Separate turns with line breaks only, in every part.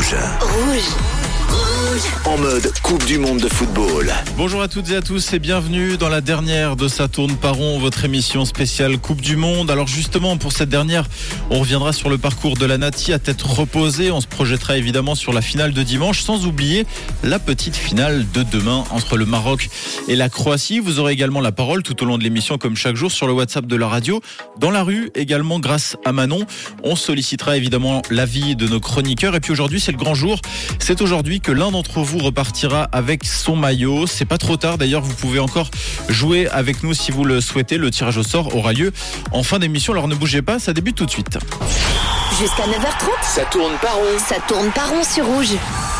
Rouge. En mode Coupe du Monde de football.
Bonjour à toutes et à tous et bienvenue dans la dernière de Ça tourne pas rond, votre émission spéciale Coupe du Monde. Alors justement, pour cette dernière, on reviendra sur le parcours de la Nati à tête reposée. On se projettera évidemment sur la finale de dimanche, sans oublier la petite finale de demain entre le Maroc et la Croatie. Vous aurez également la parole tout au long de l'émission, comme chaque jour, sur le WhatsApp de la radio. Dans la rue, également grâce à Manon. On sollicitera évidemment l'avis de nos chroniqueurs. Et puis aujourd'hui, c'est le grand jour. C'est aujourd'hui que l'un d'entre vous repartira avec son maillot. C'est pas trop tard d'ailleurs, vous pouvez encore jouer avec nous si vous le souhaitez. Le tirage au sort aura lieu en fin d'émission, alors ne bougez pas, ça débute tout de suite.
Jusqu'à 9h30,
Ça tourne pas rond.
ça tourne pas rond sur Rouge.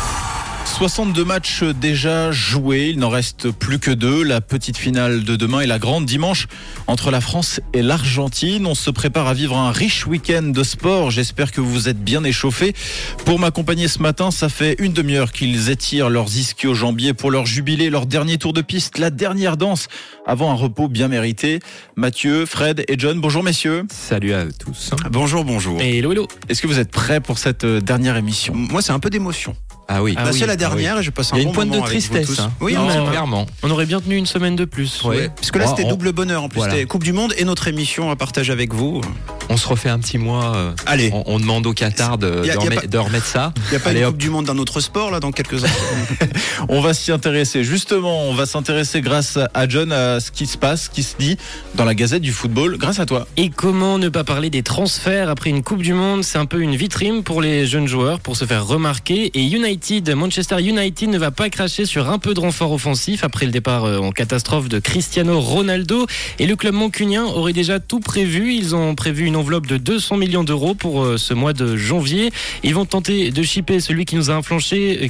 62 matchs déjà joués, il n'en reste plus que 2. La petite finale de demain et la grande dimanche entre la France et l'Argentine. On se prépare à vivre un riche week-end de sport. J'espère que vous vous êtes bien échauffés. Pour m'accompagner ce matin, ça fait une demi-heure qu'ils étirent leurs ischio-jambiers pour leur jubilé, leur dernier tour de piste, la dernière danse avant un repos bien mérité. Mathieu, Fred et John, bonjour messieurs.
Salut à tous.
Bonjour.
Et hello.
Est-ce que vous êtes prêts pour cette dernière émission ?
Moi, c'est un peu d'émotion.
Ah oui.
C'est la dernière et je passe un
Il y a
bon
une pointe de
moment avec vous
tristesse.
tous.
Hein.
Oui,
Non, clairement.
On aurait bien tenu une semaine de plus.
Ouais.
parce que là, c'était double bonheur. En plus,
Voilà.
c'était Coupe du Monde et notre émission à partager avec vous.
On se refait un petit mois.
Allez.
On demande au Qatar de
Y a
remettre ça.
Il n'y a pas
Allez,
une
hop.
Coupe du Monde d'un autre sport, là, dans quelques instants.
On va s'y intéresser. Justement, on va s'intéresser grâce à John à ce qui se passe, ce qui se dit dans la Gazette du football. Grâce à toi.
Et comment ne pas parler des transferts après une Coupe du Monde ? C'est un peu une vitrine pour les jeunes joueurs pour se faire remarquer. Et Manchester United ne va pas cracher sur un peu de renfort offensif après le départ en catastrophe de Cristiano Ronaldo. Et le club mancunien aurait déjà tout prévu. Ils ont prévu une enveloppe de 200 millions d'euros pour ce mois de janvier. Ils vont tenter de shipper celui qui nous a infligé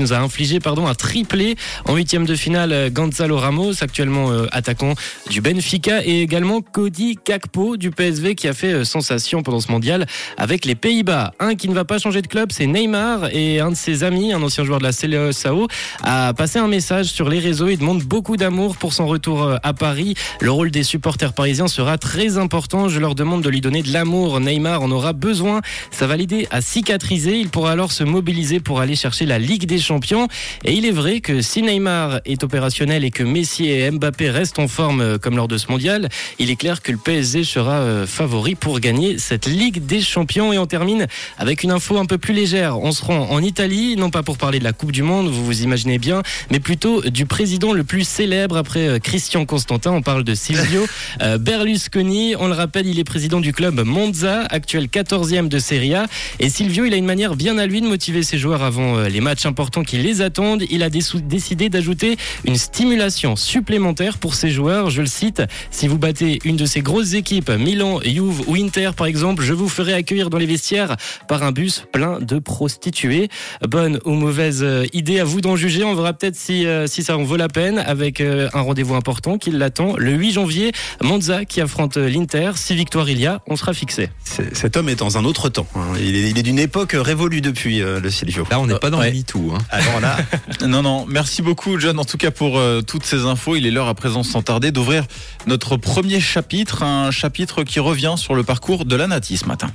un triplé en huitième de finale, Gonzalo Ramos, actuellement attaquant du Benfica, et également Cody Gakpo du PSV qui a fait sensation pendant ce mondial avec les Pays-Bas. Un qui ne va pas changer de club, c'est Neymar, et un de ses amis, un ancien joueur de la Seleção, a passé un message sur les réseaux. Il demande beaucoup d'amour pour son retour à Paris. Le rôle des supporters parisiens sera très important. Je leur demande de lui donner de l'amour. Neymar en aura besoin. Ça va l'aider à cicatriser. Il pourra alors se mobiliser pour aller chercher la Ligue des Champions. Et il est vrai que si Neymar est opérationnel et que Messi et Mbappé restent en forme comme lors de ce mondial, il est clair que le PSG sera favori pour gagner cette Ligue des Champions. Et on termine avec une info un peu plus légère. On se rend en Italie, non pas pour parler de la Coupe du Monde, vous vous imaginez bien, mais plutôt du président le plus célèbre après Christian Constantin. On parle de Silvio Berlusconi. On le rappelle, il est président du club Monza, actuel 14e de Serie A. Et Silvio, il a une manière bien à lui de motiver ses joueurs avant les matchs importants qui les attendent. Il a décidé d'ajouter une stimulation supplémentaire pour ses joueurs. Je le cite: si vous battez une de ces grosses équipes, Milan, Juve ou Inter par exemple, je vous ferai accueillir dans les vestiaires par un bus plein de prostituées. Bonne ou mauvaise idée, à vous d'en juger. On verra peut-être si ça en vaut la peine, avec un rendez-vous important qui l'attend le 8 janvier. Monza qui affronte l'Inter. Si victoire il y a, on sera fixé.
Cet homme est dans un autre temps. Hein. Il est d'une époque révolue depuis le Silvio.
Là, on n'est pas dans
Ouais.
le MeToo. Hein.
Alors là,
Non, merci beaucoup John, en tout cas pour toutes ces infos. Il est l'heure à présent sans tarder d'ouvrir notre premier chapitre, un chapitre qui revient sur le parcours de la Nati ce matin.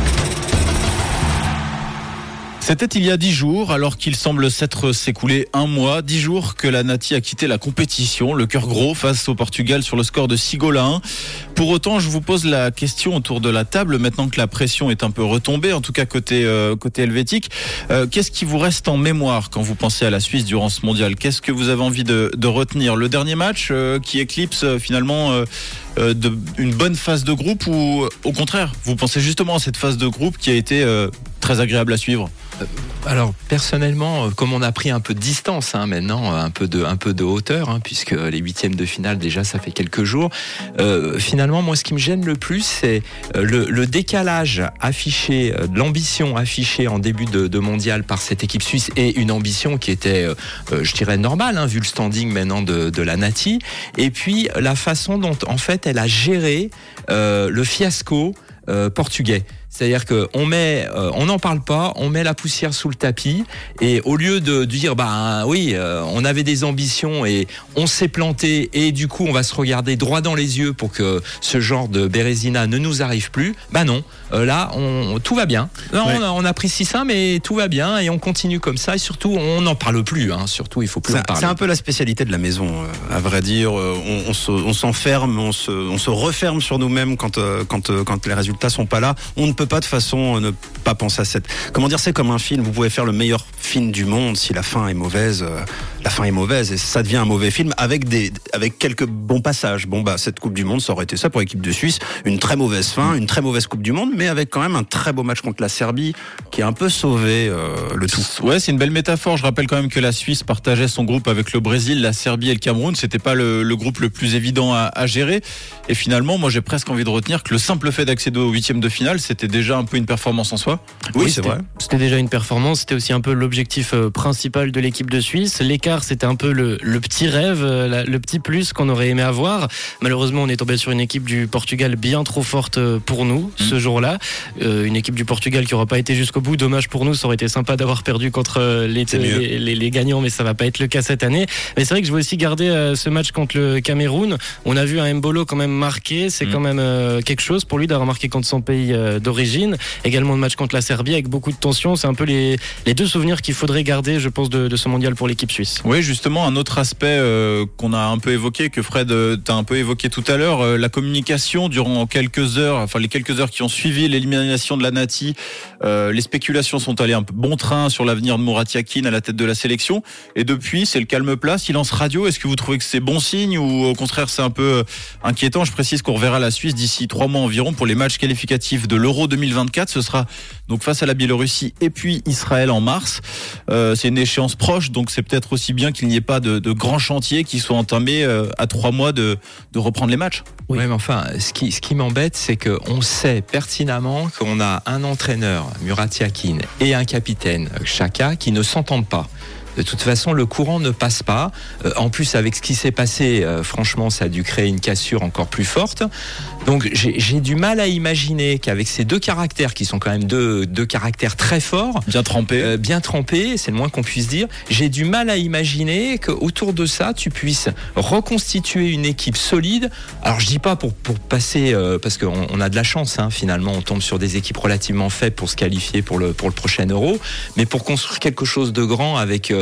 C'était il y a 10 jours, alors qu'il semble s'être s'écoulé un mois. 10 jours que la Nati a quitté la compétition, le cœur gros face au Portugal sur le score de 6-1. Pour autant, je vous pose la question autour de la table, maintenant que la pression est un peu retombée, en tout cas côté helvétique. Qu'est-ce qui vous reste en mémoire quand vous pensez à la Suisse durant ce mondial ? Qu'est-ce que vous avez envie de retenir ? Le dernier match qui éclipse finalement une bonne phase de groupe, ou au contraire, vous pensez justement à cette phase de groupe qui a été très agréable à suivre ?
Alors personnellement, comme on a pris un peu de distance maintenant, un peu de hauteur, puisque les huitièmes de finale déjà ça fait quelques jours. Finalement, moi, ce qui me gêne le plus, c'est le décalage affiché, l'ambition affichée en début de mondial par cette équipe suisse, et une ambition qui était, je dirais, normale, vu le standing maintenant de la Nati. Et puis la façon dont en fait elle a géré le fiasco portugais. C'est-à-dire que on n'en parle pas, on met la poussière sous le tapis, et au lieu de dire on avait des ambitions et on s'est planté, et du coup on va se regarder droit dans les yeux pour que ce genre de Bérésina ne nous arrive plus. Non, là tout va bien. Là,
Ouais.
on a pris 6-1, mais tout va bien et on continue comme ça, et surtout on n'en parle plus. Surtout il faut plus en parler.
C'est un peu la spécialité de la maison, à vrai dire. On s'enferme, on se referme sur nous-mêmes quand les résultats sont pas là. On ne peut pas de façon ne pas penser à cette. Comment dire, c'est comme un film. Vous pouvez faire le meilleur film du monde, si la fin est mauvaise, la fin est mauvaise et ça devient un mauvais film avec quelques bons passages. Cette Coupe du Monde, ça aurait été ça pour l'équipe de Suisse, une très mauvaise fin, une très mauvaise Coupe du Monde, mais avec quand même un très beau match contre la Serbie qui a un peu sauvé le tout.
Ouais, c'est une belle métaphore. Je rappelle quand même que la Suisse partageait son groupe avec le Brésil, la Serbie et le Cameroun. C'était pas le groupe le plus évident à gérer. Et finalement, moi, j'ai presque envie de retenir que le simple fait d'accéder au 8e de finale, c'était déjà un peu une performance en soi.
Oui, c'est vrai.
C'était déjà une performance, c'était aussi un peu l'objectif principal de l'équipe de Suisse. L'écart, c'était un peu le petit rêve, le petit plus qu'on aurait aimé avoir. Malheureusement, on est tombé sur une équipe du Portugal bien trop forte pour nous ce jour-là. Une équipe du Portugal qui n'aura pas été jusqu'au bout. Dommage pour nous, ça aurait été sympa d'avoir perdu contre les gagnants, mais ça va pas être le cas cette année. Mais c'est vrai que je veux aussi garder ce match contre le Cameroun. On a vu un Mbolo quand même marqué, c'est quand même quelque chose pour lui d'avoir marqué contre son pays d'origine. Également le match contre la Serbie avec beaucoup de tension. C'est un peu les deux souvenirs qu'il faudrait garder, je pense, de ce mondial pour l'équipe suisse.
Oui, justement, un autre aspect qu'on a un peu évoqué, que Fred t'a un peu évoqué tout à l'heure, la communication durant quelques heures, les quelques heures qui ont suivi l'élimination de la Nati. Les spéculations sont allées un peu bon train sur l'avenir de Murat Yakin à la tête de la sélection. Et depuis, c'est le calme plat, silence radio. Est-ce que vous trouvez que c'est bon signe ou au contraire c'est un peu inquiétant? Je précise qu'on reverra la Suisse d'ici 3 mois environ pour les matchs qualificatifs de l'Euro 2024. Ce sera donc face à la Biélorussie et puis Israël en mars. C'est une échéance proche, donc c'est peut-être aussi bien qu'il n'y ait pas de grands chantiers qui soient entamés à 3 mois de reprendre les matchs.
Oui, mais enfin, ce qui m'embête, c'est qu'on sait pertinemment qu'on a un entraîneur, Murat Yakin, et un capitaine, Xhaka, qui ne s'entendent pas. De toute façon, le courant ne passe pas. En plus, avec ce qui s'est passé, franchement, ça a dû créer une cassure encore plus forte. Donc, j'ai du mal à imaginer qu'avec ces deux caractères, qui sont quand même deux caractères très forts,
Bien trempés,
c'est le moins qu'on puisse dire, j'ai du mal à imaginer qu'autour de ça, tu puisses reconstituer une équipe solide. Alors, je dis pas pour passer, parce qu'on a de la chance, finalement, on tombe sur des équipes relativement faibles pour se qualifier pour le prochain Euro, mais pour construire quelque chose de grand avec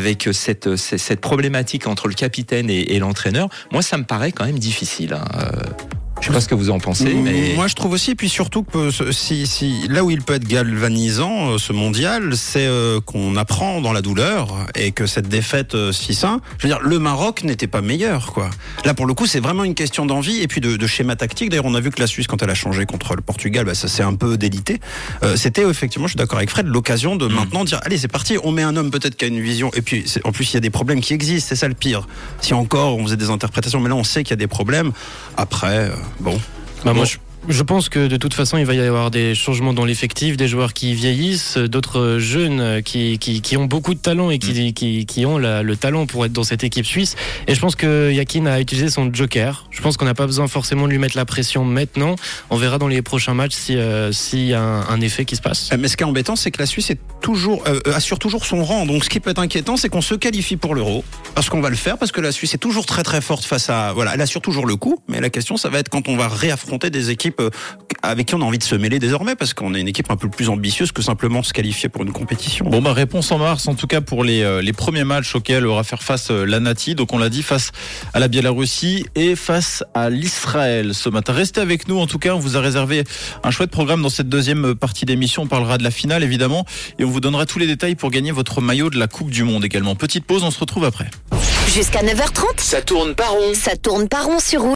cette problématique entre le capitaine et l'entraîneur, moi ça me paraît quand même difficile. Je sais pas ce que vous en pensez, mais
moi je trouve aussi, et puis surtout que si là où il peut être galvanisant, ce mondial, c'est qu'on apprend dans la douleur et que cette défaite 6-1, je veux dire, le Maroc n'était pas meilleur, quoi. Là pour le coup, c'est vraiment une question d'envie et puis de schéma tactique. D'ailleurs, on a vu que la Suisse, quand elle a changé contre le Portugal, ça s'est un peu délité. C'était effectivement, je suis d'accord avec Fred, l'occasion de maintenant dire, allez, c'est parti, on met un homme peut-être qui a une vision. Et puis en plus, il y a des problèmes qui existent, c'est ça le pire. Si encore on faisait des interprétations, mais là on sait qu'il y a des problèmes. Après. Bon.
Moi, je pense que de toute façon, il va y avoir des changements dans l'effectif, des joueurs qui vieillissent, d'autres jeunes qui ont beaucoup de talent et qui ont le talent pour être dans cette équipe suisse. Et je pense que Yakin a utilisé son joker. Je pense qu'on n'a pas besoin forcément de lui mettre la pression maintenant. On verra dans les prochains matchs s'il y a un effet qui se passe.
Mais ce qui est embêtant, c'est que la Suisse assure toujours son rang. Donc ce qui peut être inquiétant, c'est qu'on se qualifie pour l'Euro. Parce qu'on va le faire, parce que la Suisse est toujours très très forte face à... Voilà, elle assure toujours le coup. Mais la question, ça va être quand on va réaffronter des équipes avec qui on a envie de se mêler désormais, parce qu'on est une équipe un peu plus ambitieuse que simplement se qualifier pour une compétition.
Bon, réponse en mars, en tout cas pour les premiers matchs auxquels aura faire face la Nati. Donc on l'a dit, face à la Biélorussie et face à l'Israël ce matin. Restez avec nous, en tout cas, on vous a réservé un chouette programme dans cette deuxième partie d'émission. On parlera de la finale évidemment et on vous donnera tous les détails pour gagner votre maillot de la Coupe du Monde également. Petite pause, on se retrouve après.
Jusqu'à 9h30,
Ça tourne pas rond.
ça tourne pas rond sur Rouge.